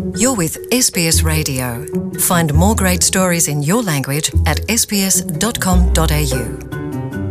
You're with SBS Radio. Find more great stories in your language at sbs.com.au.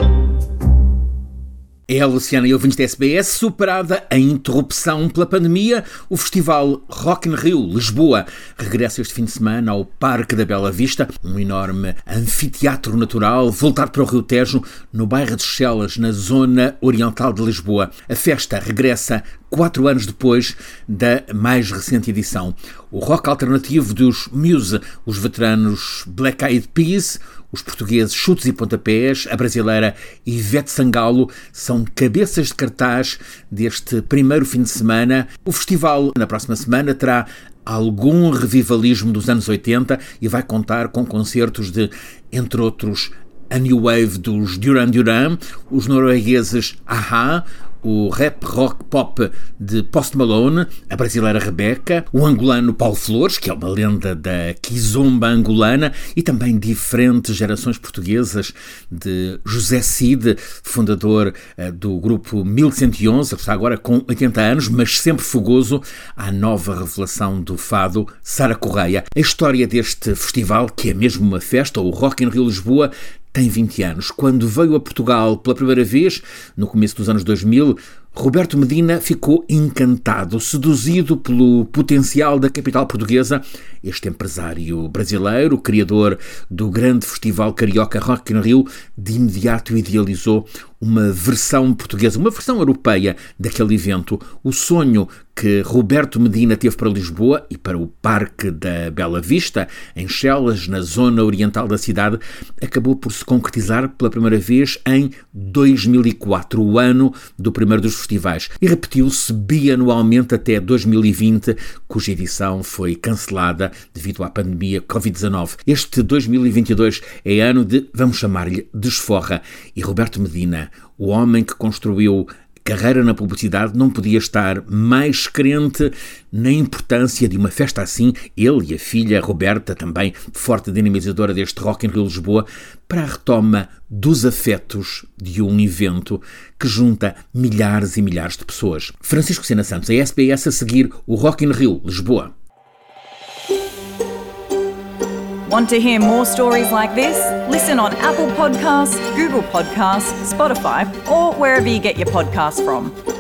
É a Luciana e ouvintes da SBS. Superada a interrupção pela pandemia, o festival Rock in Rio Lisboa regressa este fim de semana ao Parque da Bela Vista, um enorme anfiteatro natural voltado para o Rio Tejo, no bairro de Chelas, na zona oriental de Lisboa. A festa regressa 4 anos depois da mais recente edição. O rock alternativo dos Muse, os veteranos Black Eyed Peas, os portugueses Chutes e Pontapés, a brasileira Ivete Sangalo são cabeças de cartaz deste primeiro fim de semana. O festival, na próxima semana, terá algum revivalismo dos anos 80 e vai contar com concertos de, entre outros, a New Wave dos Duran Duran, os noruegueses A-ha, o rap rock pop de Post Malone, a brasileira Rebeca, o angolano Paulo Flores, que é uma lenda da kizomba angolana, e também diferentes gerações portuguesas de José Cid, fundador do grupo 1111, que está agora com 80 anos, mas sempre fogoso, à nova revelação do fado, Sara Correia. A história deste festival, que é mesmo uma festa, o Rock in Rio Lisboa, tem 20 anos. Quando veio a Portugal pela primeira vez, no começo dos anos 2000, Roberto Medina ficou encantado, seduzido pelo potencial da capital portuguesa. Este empresário brasileiro, criador do grande festival carioca Rock in Rio, de imediato idealizou uma versão portuguesa, uma versão europeia daquele evento. O sonho que Roberto Medina teve para Lisboa e para o Parque da Bela Vista, em Chelas, na zona oriental da cidade, acabou por se concretizar pela primeira vez em 2004, o ano do primeiro dos festivais, e repetiu-se bianualmente até 2020, cuja edição foi cancelada devido à pandemia Covid-19. Este 2022 é ano de, vamos chamar-lhe, desforra, e Roberto Medina, o homem que construiu carreira na publicidade, não podia estar mais crente na importância de uma festa assim, ele e a filha Roberta, também forte dinamizadora deste Rock in Rio Lisboa, para a retoma dos afetos de um evento que junta milhares e milhares de pessoas. Francisco Sena Santos, a SBS a seguir o Rock in Rio Lisboa. Want to hear more stories like this? Listen on Apple Podcasts, Google Podcasts, Spotify, or wherever you get your podcasts from.